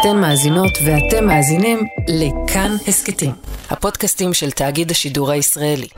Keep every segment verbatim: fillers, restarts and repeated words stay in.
אתן מאזינות ואתם מאזינים לכאן הסקטים, הפודקאסטים של תאגיד השידור הישראלי.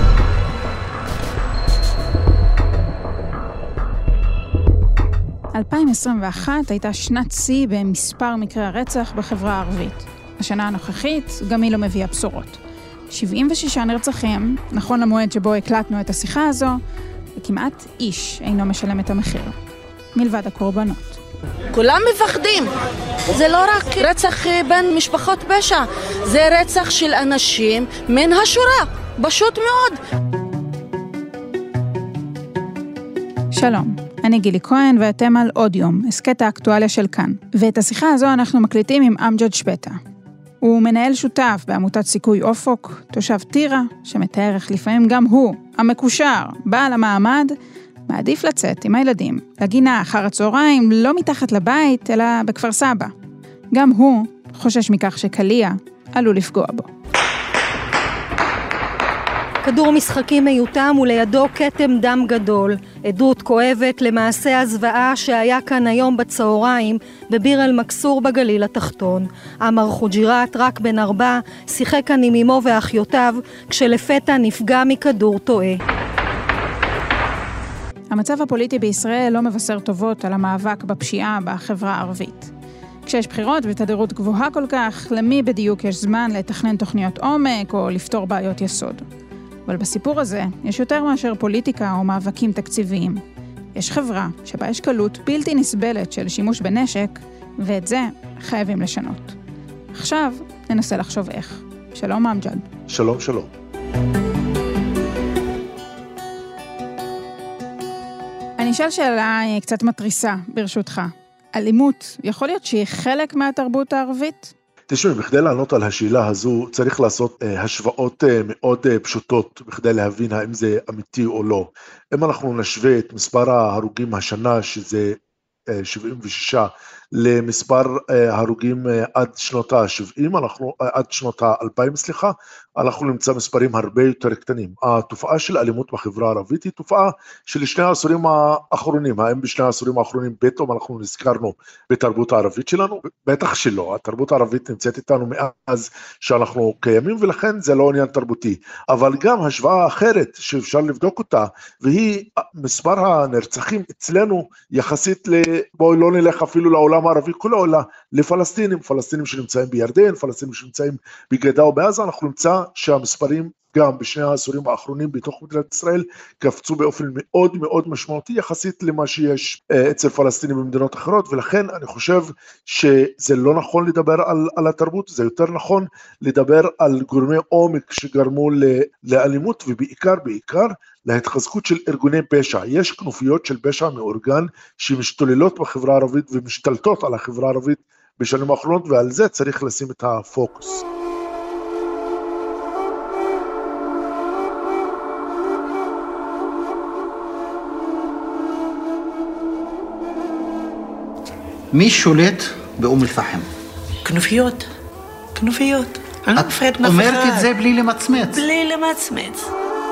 אלפיים עשרים ואחת הייתה שנת שיא במספר מקרי הרצח בחברה הערבית. השנה הנוכחית גם היא לא מביאה בשורות. שבעים ושישה נרצחים, נכון למועד שבו הקלטנו את השיחה הזו, וכמעט איש אינו משלם את המחיר. מלבד הקורבנות. כולם מפחדים. זה לא רק רצח בין משפחות פשע, זה רצח של אנשים מן השורה, פשוט מאוד. שלום, אני גילי כהן ואתם על עוד יום, הסקט האקטואליה של כאן. ואת השיחה הזו אנחנו מקליטים עם אמג'ד שפטה. הוא מנהל שותף בעמותת סיכוי אופוק, תושב טירה, שמתאר איך לפעמים גם הוא, המקושר, בעל המעמד, מעדיף לצאת עם הילדים, לגינה אחר הצהריים, לא מתחת לבית, אלא בכפר סבא. גם הוא חושש מכך שקליע עלול לפגוע בו. כדור משחקים מיותם ולידו כתם דם גדול, עדות כואבת למעשה הזוועה שהיה כאן היום בצהריים בביר אל מקסור בגליל התחתון. עמר חוג'ירת, רק בן ארבע, שיחק כאן עם אמו ואחיותיו, כשלפתע נפגע מכדור טועה. המצב הפוליטי בישראל לא מבשר טובות על המאבק בפשיעה בחברה הערבית. כשיש בחירות בתדירות גבוהה כל כך, למי בדיוק יש זמן לתכנן תוכניות עומק או לפתור בעיות יסוד? אבל בסיפור הזה יש יותר מאשר פוליטיקה או מאבקים תקציביים. יש חברה שבה יש קלות בלתי נסבלת של שימוש בנשק, ואת זה חייבים לשנות. עכשיו ננסה לחשוב איך. שלום אמג'ד. שלום שלום. אני אשאל שאלה קצת מטריסה, ברשותך. אלימות, יכול להיות שהיא חלק מהתרבות הערבית? תשמעי, בכדי לענות על השאלה הזו, צריך לעשות אה, השוואות אה, מאוד אה, פשוטות, בכדי להבין האם זה אמיתי או לא. אם אנחנו נשווה את מספר ההרוגים השנה, שזה אה, שבעים ושישה, למספר אה, ההרוגים אה, עד שנות ה-שבעים, אנחנו, אה, עד שנות ה-אלפיים, סליחה, אנחנו נמצא מספרים הרבה יותר קטנים. התופעה של אלימות בחברה הערבית היא תופעה של שני העשורים האחרונים. האם בשני העשורים האחרונים פתאום אנחנו נזכרנו בתרבות הערבית שלנו? בטח שלא. התרבות הערבית נמצאת איתנו מאז שאנחנו קיימים, ולכן זה לא עניין תרבותי. אבל גם השוואה אחרת שאפשר לבדוק אותה, והיא מספר הנרצחים אצלנו יחסית ל... בואו לא נלך אפילו לעולם הערבי כולו, אלא לפלסטינים, פלסטינים שנמצאים בירדן, פלסטינים שנמצאים בגדה או בעזה, אנחנו נמצא שהמספרים גם בשני העשורים האחרונים בתוך מדינת ישראל קפצו באופן מאוד מאוד משמעותי יחסית למה שיש אצל פלסטינים במדינות אחרות, ולכן אני חושב שזה לא נכון לדבר על, על התרבות, זה יותר נכון לדבר על גורמי עומק שגרמו ל, לאלימות, ובעיקר בעיקר להתחזקות של ארגוני פשע. יש כנופיות של פשע מאורגן שמשתוללות בחברה הערבית ומשתלטות על החברה הערבית בשנים האחרונות, ועל זה צריך לשים את הפוקוס. מי שולט באום אל-פחם? כנופיות, כנופיות. אני לא מפחד מאף אחד. אומרת את זה בלי למצמץ. בלי למצמץ.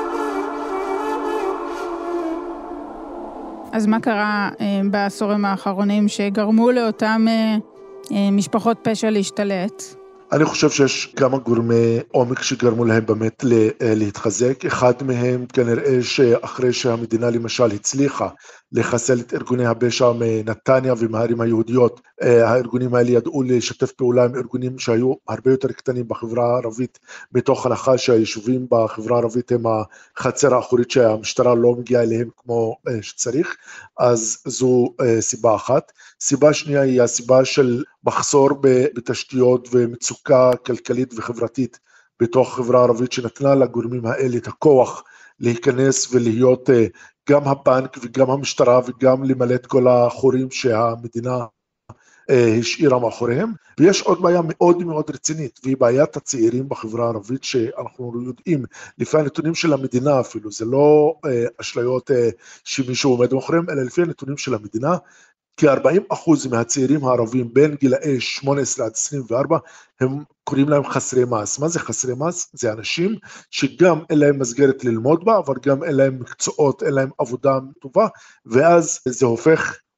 אז מה קרה אה, בעשורים האחרונים שגרמו לאותם אה, אה, משפחות פשע להשתלט? אני חושב שיש כמה גורמי עומק שגרמו להם באמת להתחזק. אחד מהם כנראה שאחרי שהמדינה למשל הצליחה לחסל את ארגוני הפשע מנתניה ומהערים היהודיות, הארגונים האלה ידעו לשתף פעולה עם ארגונים שהיו הרבה יותר קטנים בחברה הערבית, מתוך הנחה שהיישובים בחברה הערבית הם החצר האחורית שהמשטרה לא מגיעה אליהם כמו שצריך. אז זו סיבה אחת. סיבה שנייה היא הסיבה של מחסור בתשתיות ומצוקה כלכלית וחברתית בתוך החברה הערבית, שנתנה לגורמים האלה את הכוח להיכנס ולהיות גם הבנק וגם המשטרה וגם למלא את כל החורים שהמדינה השאירה מאחוריהם. ויש עוד בעיה מאוד מאוד רצינית, והיא בעיית הצעירים בחברה הערבית, שאנחנו יודעים, לפי הנתונים של המדינה אפילו, זה לא אשליות שמישהו עומד מאחוריהם, אלא לפי הנתונים של המדינה, כ-ארבעים אחוז מהצעירים הערבים בין גילאי שמונה עשרה עד עשרים וארבע, הם קוראים להם חסרי מס. מה זה חסרי מס? זה אנשים שגם אין להם מסגרת ללמוד בה, אבל גם אין להם מקצועות, אין להם עבודה טובה, ואז זה הופך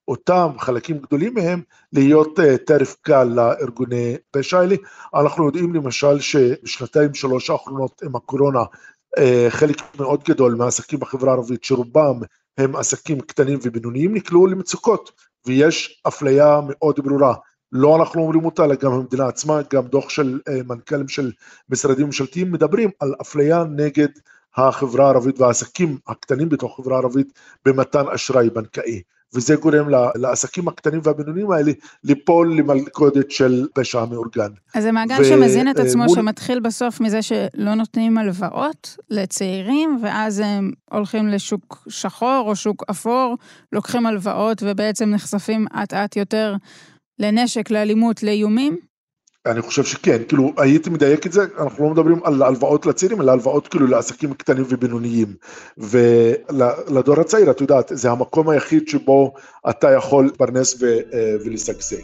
אותם חלקים גדולים מהם להיות טרף קל לארגוני פשע האלה. אנחנו יודעים למשל שבשנתיים שלוש האחרונות עם הקורונה, חלק מאוד גדול מהעסקים בחברה הערבית, שרובם הם עסקים קטנים ובינוניים, נקלעו למצוקות, ויש אפליה מאוד ברורה. לא אנחנו אומרים אותה, אלא גם המדינה עצמה, גם דוח של מנכ"לים של משרדים ממשלתיים, מדברים על אפליה נגד החברה הערבית והעסקים הקטנים בתוך החברה הערבית במתן אשראי בנקאי. וזה גורם לעסקים הקטנים והבינוניים האלה ליפול למלכודת של פשע מאורגן. אז זה מעגל ו- שמזין את עצמו, מול... שמתחיל בסוף מזה שלא נותנים הלוואות לצעירים, ואז הם הולכים לשוק שחור או שוק אפור, לוקחים הלוואות ובעצם נחשפים עט עט יותר לנשק, לאלימות, לאיומים? אני חושב שכן, כאילו הייתי מדייק את זה, אנחנו לא מדברים על הלוואות לצעירים, אלא הלוואות כאילו לעסקים קטנים ובינוניים, ולדור הצעיר, את יודעת, זה המקום היחיד שבו אתה יכול לפרנס ו- ולשגשג.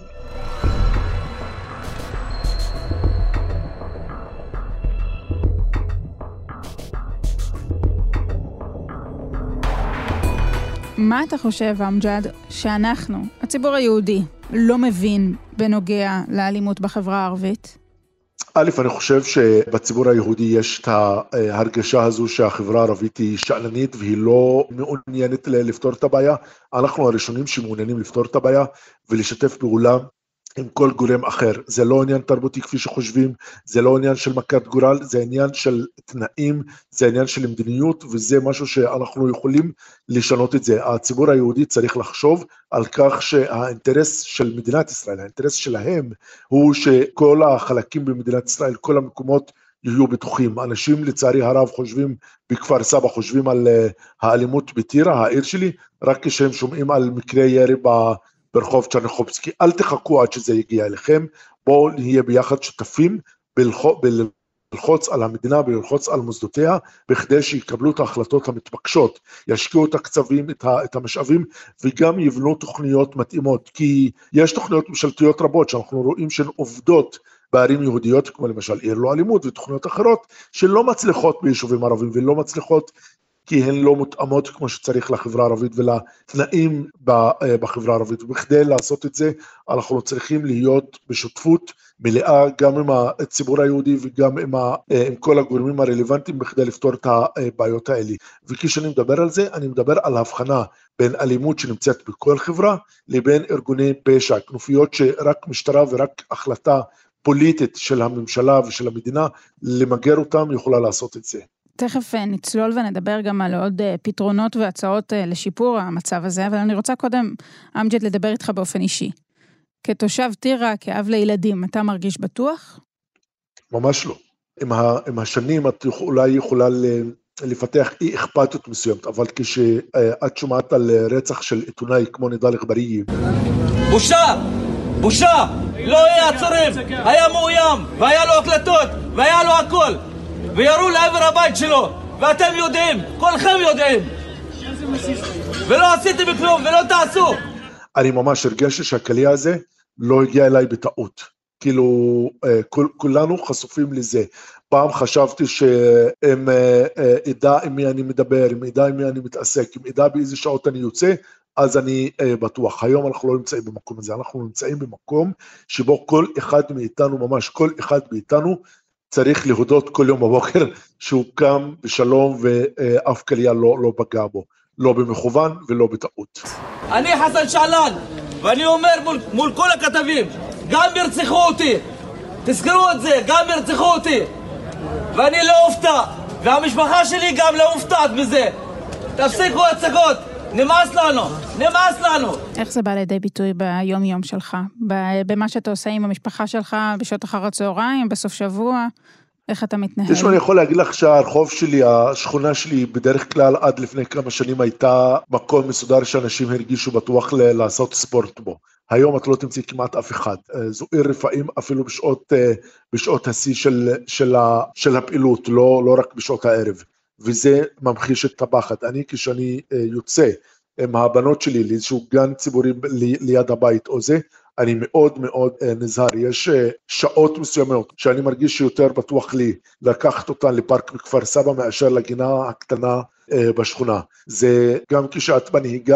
מה אתה חושב, אמג'ד, שאנחנו, הציבור היהודי, לא מבין בנוגע לאלימות בחברה הערבית? א', אני חושב שבציבור היהודי יש את ההרגשה הזו שהחברה הערבית היא שאננית והיא לא מעוניינת לפתור את הבעיה. אנחנו הראשונים שמעוניינים לפתור את הבעיה ולשתף פעולה עם כל גורם אחר. זה לא עניין תרבותי כפי שחושבים, זה לא עניין של מכת גורל, זה עניין של תנאים, זה עניין של מדיניות, וזה משהו שאנחנו יכולים לשנות את זה. הציבור היהודי צריך לחשוב על כך שהאינטרס של מדינת ישראל, האינטרס שלהם הוא שכל החלקים במדינת ישראל, כל המקומות יהיו בטוחים. אנשים לצערי הרב חושבים בכפר סבא, חושבים על האלימות בטירה, העיר שלי, רק כשהם שומעים על מקרה ירי ב... ברחוב צ'רניחובסקי. אל תחכו עד שזה יגיע אליכם, בואו נהיה ביחד שותפים בלחוץ על המדינה, בלחוץ על מוסדותיה, בכדי שיקבלו את ההחלטות המתבקשות, ישקיעו את הקצבים, את המשאבים, וגם יבנו תוכניות מתאימות, כי יש תוכניות ממשלתיות רבות, שאנחנו רואים שהן עובדות בערים יהודיות, כמו למשל עיר לא אלימות, ותוכניות אחרות, שלא מצליחות ביישובים ערבים, ולא מצליחות כי הן לא מותאמות כמו שצריך לחברה הערבית ולתנאים בחברה הערבית, ובכדי לעשות את זה אנחנו צריכים להיות בשותפות מלאה גם עם הציבור היהודי וגם עם, ה, עם כל הגורמים הרלוונטיים בכדי לפתור את הבעיות האלה. וכשאני מדבר על זה, אני מדבר על ההבחנה בין אלימות שנמצאת בכל חברה לבין ארגוני פשע, כנופיות שרק משטרה ורק החלטה פוליטית של הממשלה ושל המדינה למגר אותם יכולה לעשות את זה. תכף נצלול ונדבר גם על עוד פתרונות והצעות לשיפור המצב הזה, אבל אני רוצה קודם, אמג'ד, לדבר איתך באופן אישי. כתושב טירה, כאב לילדים, אתה מרגיש בטוח? ממש לא. עם, ה, עם השנים את אולי יכולה לפתח אי אכפתיות מסוימת, אבל כשאת שומעת על רצח של עיתונאי כמו נידאל אגבאריה. בושה! בושה! לא היה עצורים, היה מאוים, והיה לו הקלטות, והיה לו הכל. וירו לעבר הבית שלו, ואתם יודעים, כולכם יודעים, ולא עשיתם כלום, ולא תעשו. אני ממש הרגשתי שהקליע הזה לא הגיע אליי בטעות, כאילו כול, כולנו חשופים לזה. פעם חשבתי שאם ידע עם מי אני מדבר, אם ידע עם מי אני מתעסק, אם ידע באיזה שעות אני יוצא, אז אני בטוח. היום אנחנו לא נמצאים במקום הזה, אנחנו נמצאים במקום שבו כל אחד מאיתנו, ממש כל אחד מאיתנו, צריך להודות כל יום בבוקר שהוא קם בשלום ואף קליעה לא, לא פגע בו, לא במכוון ולא בטעות. אני חסן שעלן, ואני אומר מול, מול כל הכתבים, גם ירצחו אותי, תזכרו את זה, גם ירצחו אותי, ואני לא אופתע, והמשפחה שלי גם לא מופתעת בזה. תפסיקו הצגות, נמאס לנו, נמאס לנו. איך זה בא לידי ביטוי ביום יום שלך? במה שאתה עושה עם המשפחה שלך, בשעות אחר הצהריים, בסוף שבוע? איך אתה מתנהל? יש מה אני יכול להגיד לך שהרחוב שלי, השכונה שלי, בדרך כלל עד לפני כמה שנים הייתה מקום מסודר שאנשים הרגישו בטוח לעשות ספורט בו. היום את לא תמצאי כמעט אף אחד. זו עיר רפאים אפילו בשעות, בשעות השיא של, של, של הפעילות, לא, לא רק בשעות הערב. וזה ממחיש את הפחד. אני כשאני יוצא עם הבנות שלי לאיזשהו גן ציבורי ליד הבית או זה, אני מאוד מאוד נזהר. יש שעות מסוימות שאני מרגיש שיותר בטוח לי לקחת אותן לפארק מכפר סבא מאשר לגינה הקטנה בשכונה. זה גם כשאת בנהיגה,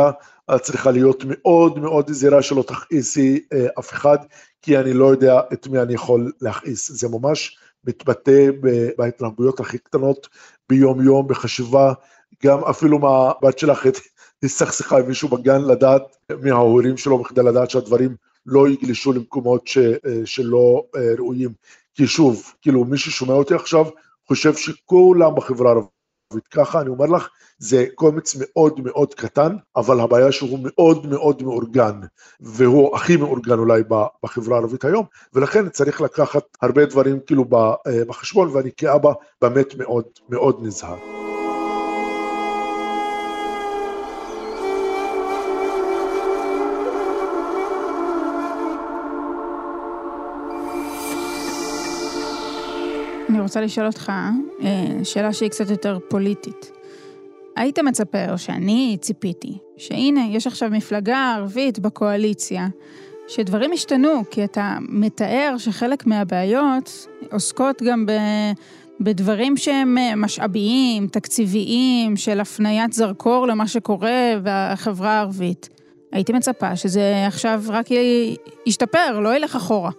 את צריכה להיות מאוד מאוד זהירה שלא תכעיסי אף אחד, כי אני לא יודע את מי אני יכול להכעיס. זה ממש מתבטא בהתנהגויות הכי קטנות, ביום יום, בחשיבה, גם אפילו מהבת שלך תסכסכה עם מישהו בגן, לדעת מההורים שלו, בכדי לדעת שהדברים לא יגלשו למקומות ש, שלא ראויים. כי שוב, כאילו מי ששומע אותי עכשיו, חושב שכולם בחברה הערבית, ככה אני אומר לך, זה קומץ מאוד מאוד קטן, אבל הבעיה שהוא מאוד מאוד מאורגן, והוא הכי מאורגן אולי בחברה הערבית היום, ולכן צריך לקחת הרבה דברים כאילו בחשבון, ואני כאבא באמת מאוד מאוד נזהר. אני רוצה לשאול אותך, שאלה שהיא קצת יותר פוליטית. היית מצפה, או שאני ציפיתי, שהנה, יש עכשיו מפלגה ערבית בקואליציה, שדברים השתנו, כי אתה מתאר שחלק מהבעיות עוסקות גם ב... בדברים שהם משאביים, תקציביים, של הפניית זרקור למה שקורה בחברה הערבית. הייתי מצפה שזה עכשיו רק ישתפר, לא ילך אחורה.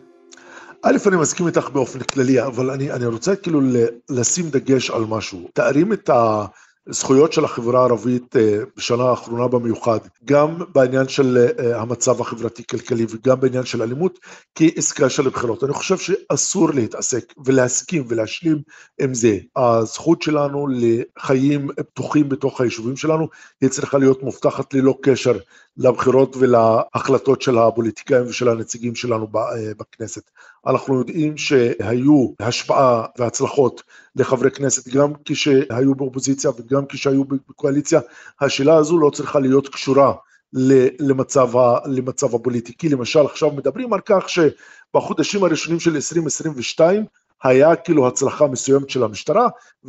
א', אני מסכים איתך באופן כללי, אבל אני, אני רוצה כאילו לשים דגש על משהו. תארים את הזכויות של החברה הערבית בשנה האחרונה במיוחד, גם בעניין של המצב החברתי-כלכלי וגם בעניין של אלימות, כעסקה של הבחירות. אני חושב שאסור להתעסק ולהסכים ולהשלים עם זה. הזכות שלנו לחיים פתוחים בתוך היישובים שלנו, היא צריכה להיות מובטחת ללא קשר לבחירות ולהחלטות של הפוליטיקאים ושל הנציגים שלנו בכנסת. אנחנו יודעים שהיו השפעה והצלחות לחברי כנסת, גם כשהיו באופוזיציה וגם כשהיו בקואליציה. השאלה הזו לא צריכה להיות קשורה למצב, למצב הפוליטיקי. למשל, עכשיו מדברים על כך שבחודשים הראשונים של עשרים עשרים ושתיים, היה כאילו הצלחה מסוימת של המשטרה,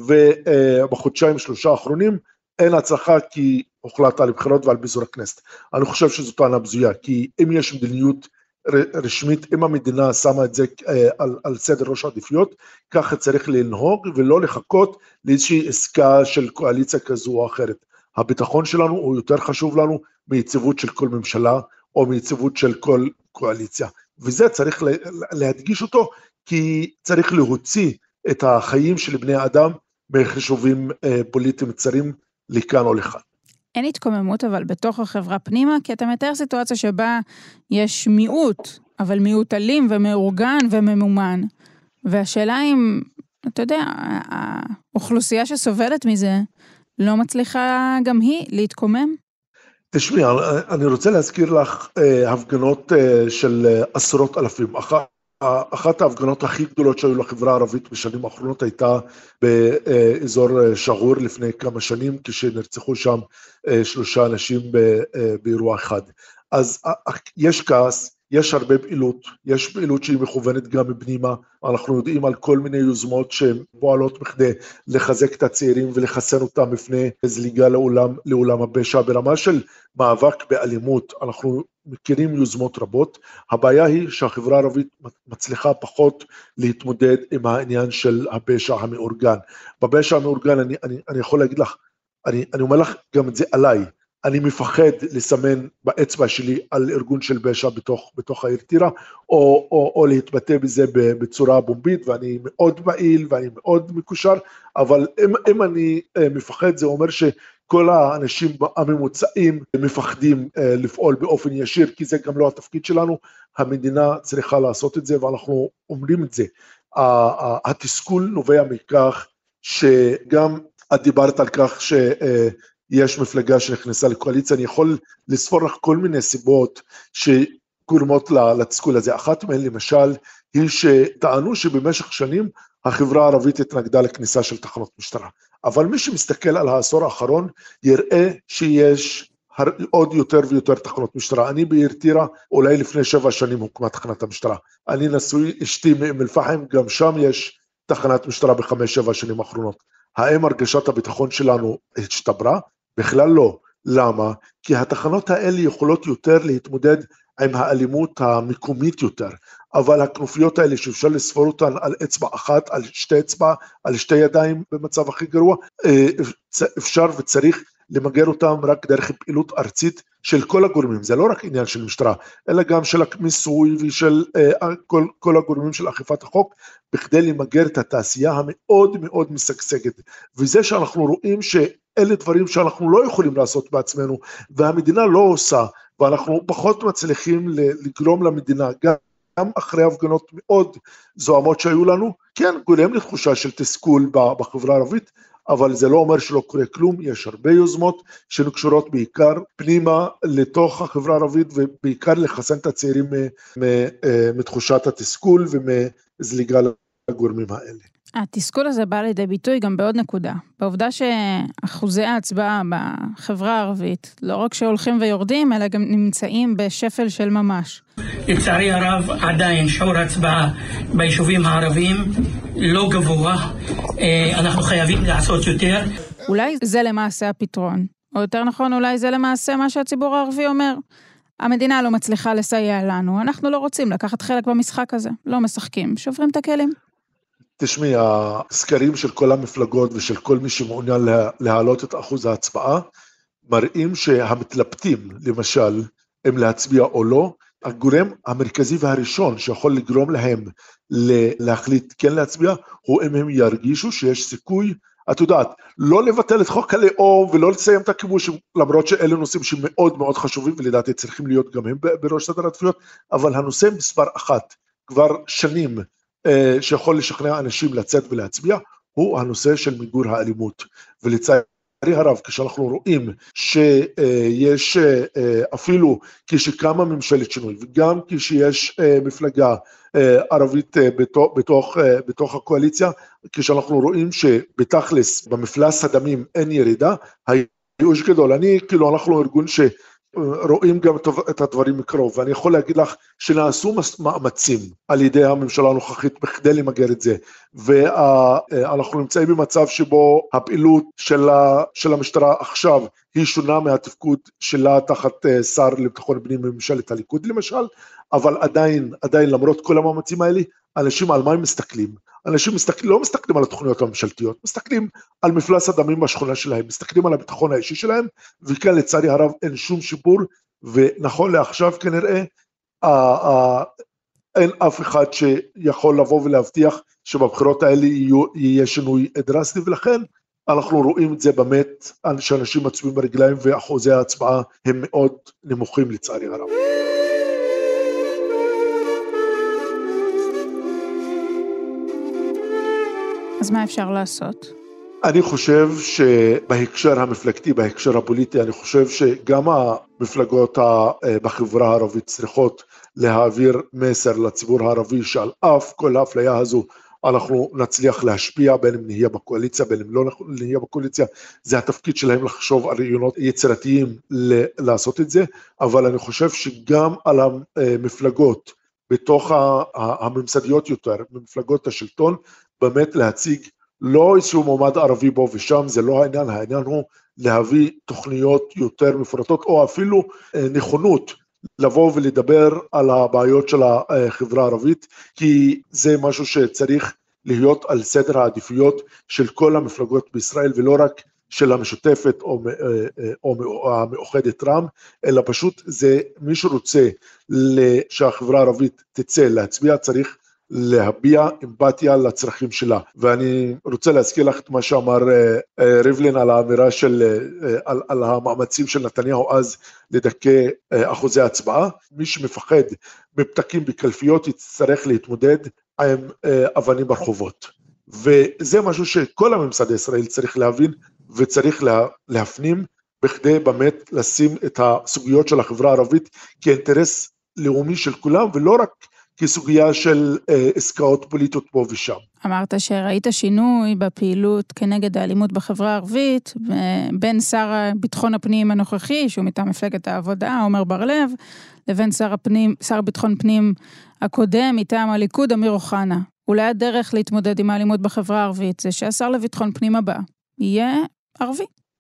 ובחודשיים שלושה האחרונים אין הצלחה כי הוחלט על בחירות ועל ביזור הכנסת. אני חושב שזו טענה בזויה, כי אם יש מדיניות רשמית, אם המדינה שמה את זה על, על סדר ראש העדיפויות, ככה צריך לנהוג ולא לחכות לאיזושהי עסקה של קואליציה כזו או אחרת. הביטחון שלנו הוא יותר חשוב לנו מיציבות של כל ממשלה או מיציבות של כל קואליציה. וזה צריך להדגיש אותו, כי צריך להוציא את החיים של בני האדם מחישובים פוליטיים צרים לכאן או לכאן. אין התקוממות אבל בתוך החברה פנימה, כי אתה מתאר סיטואציה שבה יש מיעוט, אבל מיעוט אלים ומאורגן וממומן. והשאלה אם, אתה יודע, האוכלוסייה שסובלת מזה, לא מצליחה גם היא להתקומם? תשמעי, אני רוצה להזכיר לך הפגנות של עשרות אלפים. אחת ההפגנות הכי גדולות שהיו לחברה הערבית בשנים האחרונות הייתה באזור שגור לפני כמה שנים, כשנרצחו שם שלושה אנשים באירוע אחד. אז יש כעס, יש הרבה פעילות, יש פעילות שהיא מכוונת גם מבנימה, אנחנו יודעים על כל מיני יוזמות שפועלות בכדי לחזק את הצעירים ולחסן אותם מפני זליגה לעולם, לעולם הפשע. ברמה של מאבק באלימות, אנחנו מכירים יוזמות רבות, הבעיה היא שהחברה הערבית מצליחה פחות להתמודד עם העניין של הפשע המאורגן. בפשע המאורגן אני, אני, אני יכול להגיד לך, אני, אני אומר לך גם את זה עליי, אני מפחד לסמן באצבע שלי על ארגון של פשע בתוך, בתוך העיר טירה, או, או, או להתבטא בזה בצורה בומבית, ואני מאוד פעיל ואני מאוד מקושר, אבל אם, אם אני מפחד, זה אומר שכל האנשים הממוצעים מפחדים לפעול באופן ישיר, כי זה גם לא התפקיד שלנו, המדינה צריכה לעשות את זה, ואנחנו אומרים את זה. התסכול נובע מכך שגם את דיברת על כך ש... יש מפלגה שנכנסה לקואליציה, אני יכול לספור לך כל מיני סיבות שגורמות לתסכול הזה. אחת מהן למשל, היא שטענו שבמשך שנים החברה הערבית התנגדה לכניסה של תחנות משטרה. אבל מי שמסתכל על העשור האחרון, יראה שיש עוד יותר ויותר תחנות משטרה. אני בעיר טירה, אולי לפני שבע שנים הוקמה תחנת המשטרה. אני נשוי אשתי מאום אל-פחם, גם שם יש תחנת משטרה בחמש שבע שנים האחרונות. האם הרגשת הביטחון שלנו השתפרה? בכלל לא. למה? כי התחנות האלה יכולות יותר להתמודד עם האלימות המקומית יותר, אבל הכנופיות האלה שאפשר לספור אותן על אצבע אחת, על שתי אצבע, על שתי ידיים במצב הכי גרוע, אפשר וצריך למגר אותם רק דרך פעילות ארצית של כל הגורמים, זה לא רק עניין של משטרה, אלא גם של המיסוי ושל כל, כל הגורמים של אכיפת החוק, בכדי למגר את התעשייה המאוד מאוד משגשגת, וזה שאנחנו רואים שאלה דברים שאנחנו לא יכולים לעשות בעצמנו, והמדינה לא עושה, ואנחנו פחות מצליחים לגרום למדינה, גם גם אחרי הפגנות מאוד זוהמות שהיו לנו, כן, גורם לתחושה של תסכול בחברה הערבית, אבל זה לא אומר שלא קורה כלום, יש הרבה יוזמות שקשורות בעיקר פנימה לתוך החברה הערבית, ובעיקר לחסן את הצעירים מתחושת התסכול ומזליגה לגורמים האלה. התסכול הזה בא לידי ביטוי גם בעוד נקודה, בעובדה שאחוזי ההצבעה בחברה הערבית, לא רק שהולכים ויורדים, אלא גם נמצאים בשפל של ממש. לצערי הרב, עדיין שיעור ההצבעה ביישובים הערביים לא גבוה, אנחנו חייבים לעשות יותר. אולי זה למעשה הפתרון, או יותר נכון, אולי זה למעשה מה שהציבור הערבי אומר. המדינה לא מצליחה לסייע לנו, אנחנו לא רוצים לקחת חלק במשחק הזה, לא משחקים, שוברים את הכלים. תשמעי, הסקרים של כל המפלגות ושל כל מי שמעוניין להעלות את אחוז ההצבעה, מראים שהמתלבטים, למשל, הם להצביע או לא, הגורם המרכזי והראשון שיכול לגרום להם להחליט כן להצביע, הוא אם הם ירגישו שיש סיכוי, את יודעת, לא לבטל את חוק הלאום ולא לסיים את הכיבוש, למרות שאלה נושאים שמאוד מאוד חשובים, ולדעתי צריכים להיות גם הם בראש סדר העדיפויות, אבל הנושא מספר אחת, כבר שנים, שיכול לשכנע אנשים לצאת ולהצביע, הוא הנושא של מיגור האלימות, ולצערי הרב, כשאנחנו רואים שיש אפילו כשקמה ממשלת שינוי, וגם כשיש מפלגה ערבית בתוך, בתוך, בתוך הקואליציה, כשאנחנו רואים שבתכלס במפלס הדמים אין ירידה, הייאוש גדול. אני, כאילו, אנחנו ארגון ש... רואים גם את הדברים מקרוב, ואני יכול להגיד לך שנעשו מאמצים על ידי הממשלה הנוכחית בכדי למגר את זה, ואנחנו נמצאים במצב שבו הפעילות של המשטרה עכשיו היא שונה מהתפקוד שלה תחת שר לביטחון פנים בממשלת הליכוד למשל, אבל עדיין, עדיין למרות כל המאמצים האלה, אנשים על מה הם מסתכלים? אנשים מסתכל, לא מסתכלים על התוכניות הממשלתיות, מסתכלים על מפלס הדמים בשכונה שלהם, מסתכלים על הביטחון האישי שלהם, וכאן לצערי הרב אין שום שיפור, ונכון לעכשיו כנראה, אין אף אחד שיכול לבוא ולהבטיח שבבחירות האלה יהיה שינוי דרסטי, ולכן אנחנו רואים את זה באמת, שאנשים מצביעים ברגליים, ואחוזי ההצבעה הם מאוד נמוכים לצערי הרב. אז מה אפשר לעשות? אני חושב שבהקשר המפלגתי, בהקשר הפוליטי, אני חושב שגם המפלגות בחברה הערבית צריכות להעביר מסר לציבור הערבי, שעל אף כל האפליה הזו, אנחנו נצליח להשפיע, בין אם נהיה בקואליציה, בין אם לא נהיה בקואליציה, זה התפקיד שלהם לחשוב על רעיונות יצירתיים לעשות את זה, אבל אני חושב שגם על המפלגות, בתוך הממסדיות יותר, במפלגות השלטון, באמת להציג לא איזשהו מועמד ערבי בו ושם, זה לא העניין, העניין הוא להביא תוכניות יותר מפורטות, או אפילו נכונות לבוא ולדבר על הבעיות של החברה הערבית, כי זה משהו שצריך להיות על סדר העדיפויות של כל המפלגות בישראל, ולא רק של המשותפת או, או המאוחדת רע"מ, אלא פשוט זה מי שרוצה שהחברה הערבית תצא להצביע, צריך להביע אמפתיה לצרכים שלה. ואני רוצה להזכיר לך את מה שאמר ריבלין על האמירה של, על, על המאמצים של נתניהו אז לדכא אחוזי הצבעה. מי שמפחד מפתקים בקלפיות יצטרך להתמודד עם אבנים ברחובות. וזה משהו שכל הממסד הישראל צריך להבין וצריך לה, להפנים, בכדי באמת לשים את הסוגיות של החברה הערבית כאינטרס לאומי של כולם, ולא רק כסוגיה של אה, עסקאות פוליטיות פה ושם. אמרת שראית שינוי בפעילות כנגד האלימות בחברה הערבית, בין שר ביטחון הפנים הנוכחי, שהוא מטעם מפלגת העבודה, עומר בר לב, לבין שר הפנים, שר ביטחון פנים הקודם, מטעם הליכוד, אמיר אוחנה. אולי הדרך להתמודד עם האלימות בחברה הערבית, זה שהשר לביטחון פנים הבא יהיה ערבי.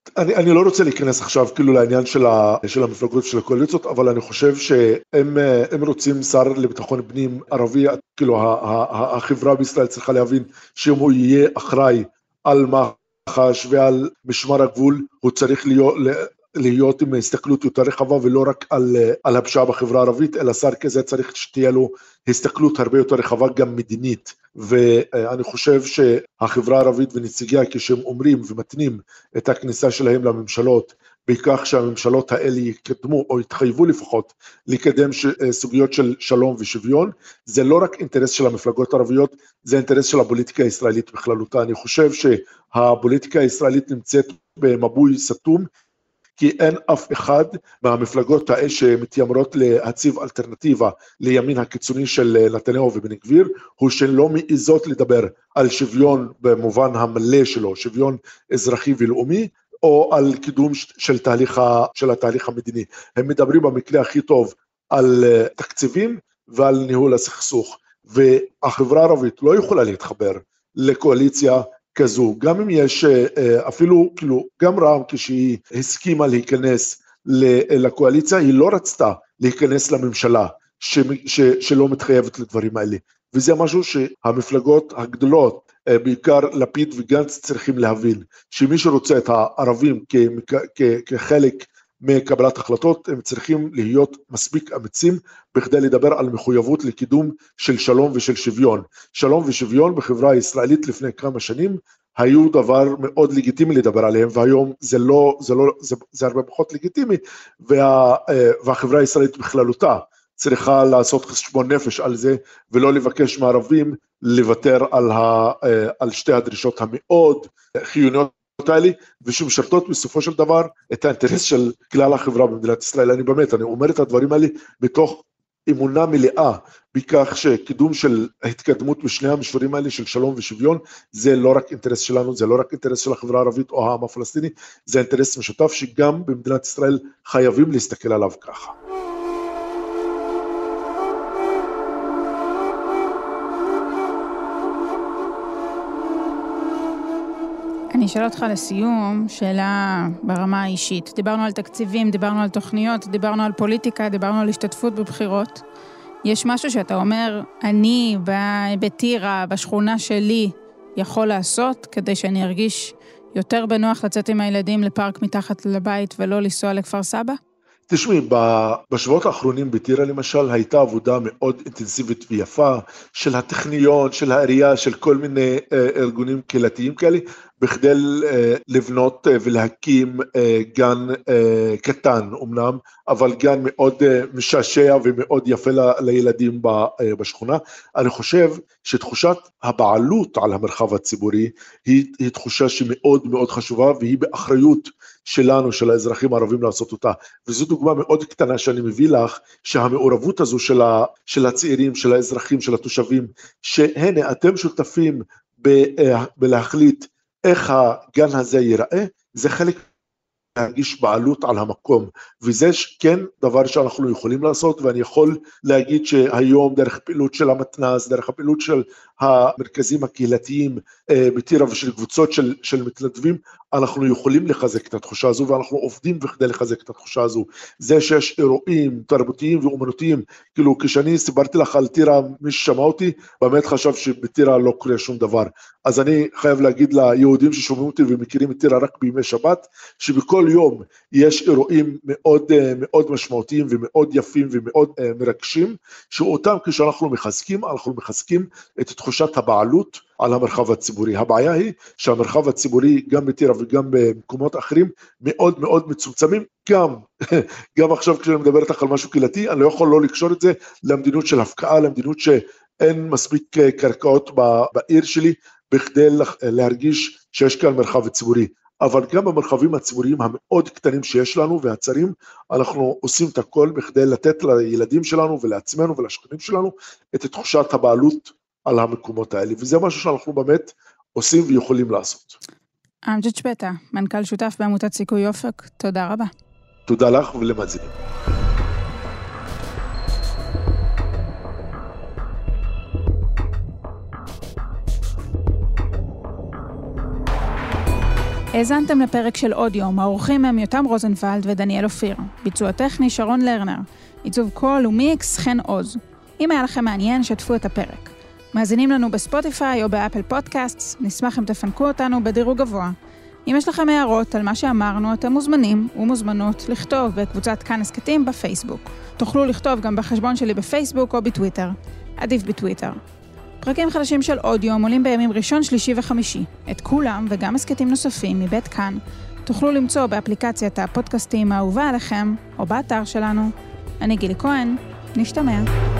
אני, אני לא רוצה להיכנס עכשיו כאילו לעניין של, ה, של המפלגות של הקואליציות, אבל אני חושב שהם הם רוצים שר לביטחון פנים ערבי, כאילו ה, ה, החברה בישראל צריכה להבין שאם הוא יהיה אחראי על מח"ש ועל משמר הגבול, הוא צריך להיות, להיות עם הסתכלות יותר רחבה ולא רק על, על הפשיעה בחברה הערבית, אלא שר כזה צריך שתהיה לו הסתכלות הרבה יותר רחבה גם מדינית. ואני חושב שהחברה הערבית ונציגיה כשהם אומרים ומתנים את הכניסה שלהם לממשלות, בכך שהממשלות האלה יקדמו או יתחייבו לפחות לקדם סוגיות של שלום ושוויון, זה לא רק אינטרס של המפלגות הערביות, זה אינטרס של הפוליטיקה הישראלית בכללותה. אני חושב שהפוליטיקה הישראלית נמצאת במבוי סתום, כי אין אף אחד מהמפלגות האלה שמתיימרות להציב אלטרנטיבה לימין הקיצוני של נתניהו ובן גביר, הוא שלא מעיזות לדבר על שוויון במובן המלא שלו, שוויון אזרחי ולאומי, או על קידום של, תהליך, של התהליך המדיני. הם מדברים במקרה הכי טוב על תקציבים ועל ניהול הסכסוך, והחברה הערבית לא יכולה להתחבר לקואליציה כזו, גם אם יש אפילו, כאילו, גם רע"מ כשהיא הסכימה להיכנס לקואליציה, היא לא רצתה להיכנס לממשלה ש, ש, שלא מתחייבת לדברים האלה, וזה משהו שהמפלגות הגדולות, בעיקר לפיד וגנץ צריכים להבין, שמי שרוצה את הערבים כ, כ, כחלק מקבלת החלטות, הם צריכים להיות מספיק אמיצים בכדי לדבר על מחויבות לקידום של שלום ושל שוויון. שלום ושוויון בחברה הישראלית לפני כמה שנים היו דבר מאוד לגיטימי לדבר עליהם, והיום זה לא, זה לא, זה, זה הרבה פחות לגיטימי, וה, והחברה הישראלית בכללותה צריכה לעשות חשבון נפש על זה, ולא לבקש מערבים לוותר על, ה, על שתי הדרישות המאוד חיוניות האלה, ושמשרתות בסופו של דבר את האינטרס של כלל החברה במדינת ישראל. אני באמת, אני אומר את הדברים האלה בתוך אמונה מלאה, בכך שקידום של ההתקדמות בשני המשברים האלה של שלום ושוויון, זה לא רק אינטרס שלנו, זה לא רק אינטרס של החברה הערבית או העם הפלסטיני, זה אינטרס משותף שגם במדינת ישראל חייבים להסתכל עליו ככה. אני אשאל אותך לסיום, שאלה ברמה האישית. דיברנו על תקציבים, דיברנו על תוכניות, דיברנו על פוליטיקה, דיברנו על השתתפות בבחירות. יש משהו שאתה אומר, אני בטירה, בשכונה שלי, יכול לעשות, כדי שאני ארגיש יותר בנוח לצאת עם הילדים לפארק מתחת לבית ולא לנסוע לכפר סבא? תשמעי, בשבועות האחרונים בטירה למשל, הייתה עבודה מאוד אינטנסיבית ויפה, של הטכניון, של העירייה, של כל מיני ארגונים קהילתיים כאלה, בכדי לבנות ולהקים גן קטן אמנם, אבל גן מאוד משעשע ומאוד יפה לילדים בשכונה. אני חושב שתחושת הבעלות על המרחב הציבורי היא, היא תחושה שמאוד מאוד חשובה, והיא באחריות שלנו, של האזרחים הערבים לעשות אותה. וזו דוגמה מאוד קטנה שאני מביא לך, שהמעורבות הזו של, ה, של הצעירים, של האזרחים, של התושבים, שהנה אתם שותפים ב, בלהחליט איך הגן הזה ייראה, זה חלק להרגיש בעלות על המקום, וזה כן דבר שאנחנו יכולים לעשות, ואני יכול להגיד שהיום דרך פעילות של המתנ"ס, דרך הפעילות של המרכזים הקהילתיים בטירה ושל קבוצות של, של מתנדבים, אנחנו יכולים לחזק את התחושה הזו, ואנחנו עובדים בכדי לחזק את התחושה הזו. זה שיש אירועים תרבותיים ואומנותיים, כאילו כשאני סיפרתי לך על טירה, מי ששמע אותי, באמת חשב שבטירה לא קורה שום דבר. אז אני חייב להגיד ליהודים ששומעים אותי ומכירים את טירה רק בימי שבת, שבכל יום יש אירועים מאוד מאוד משמעותיים ומאוד יפים ומאוד מרגשים, שאותם כשאנחנו מחזקים, אנחנו מחזקים את תחושת הבעלות על המרחב הציבורי. הבעיה היא שהמרחב הציבורי גם בטירה וגם במקומות אחרים מאוד מאוד מצומצמים, גם, גם עכשיו כשאני מדבר איתך על משהו קהילתי, אני לא יכול לא לקשור את זה למדינות של הפקעה, למדינות שאין מספיק קרקעות בעיר שלי, בכדי להרגיש שיש כאן מרחב ציבורי. אבל גם במרחבים הציבוריים המאוד קטנים שיש לנו והצרים, אנחנו עושים את הכל בכדי לתת לילדים שלנו ולעצמנו ולשכנים שלנו את תחושת הבעלות על המקומות האלה, וזה משהו שאנחנו באמת עושים ויכולים לעשות. אמג'ד שפטה, מנכ"ל שותף בעמותת סיכוי אופק, תודה רבה. תודה לך ולמאזינים. האזנתם לפרק של אודיו, האורחים הם יותם רוזנפלד ודניאל אופיר. ביצוע טכני שרון לרנר. עיצוב קול ומיקס חן עוז. אם היה לכם מעניין, שתפו את הפרק. מאזינים לנו בספוטיפיי או באפל פודקאסטס, נשמח אם תפנקו אותנו בדירוג גבוה. אם יש לכם הערות על מה שאמרנו, אתם מוזמנים ומוזמנות לכתוב בקבוצת כאן הסקטים בפייסבוק. תוכלו לכתוב גם בחשבון שלי בפייסבוק או בטוויטר. עדיף בטוויטר. פרקים חדשים של אודיו עולים בימים ראשון, שלישי וחמישי. את כולם וגם הסקטים נוספים מבית כאן תוכלו למצוא באפליקציית הפודקאסטים האהובה עליכם או באתר שלנו. אני גילי כהן, נשתמע.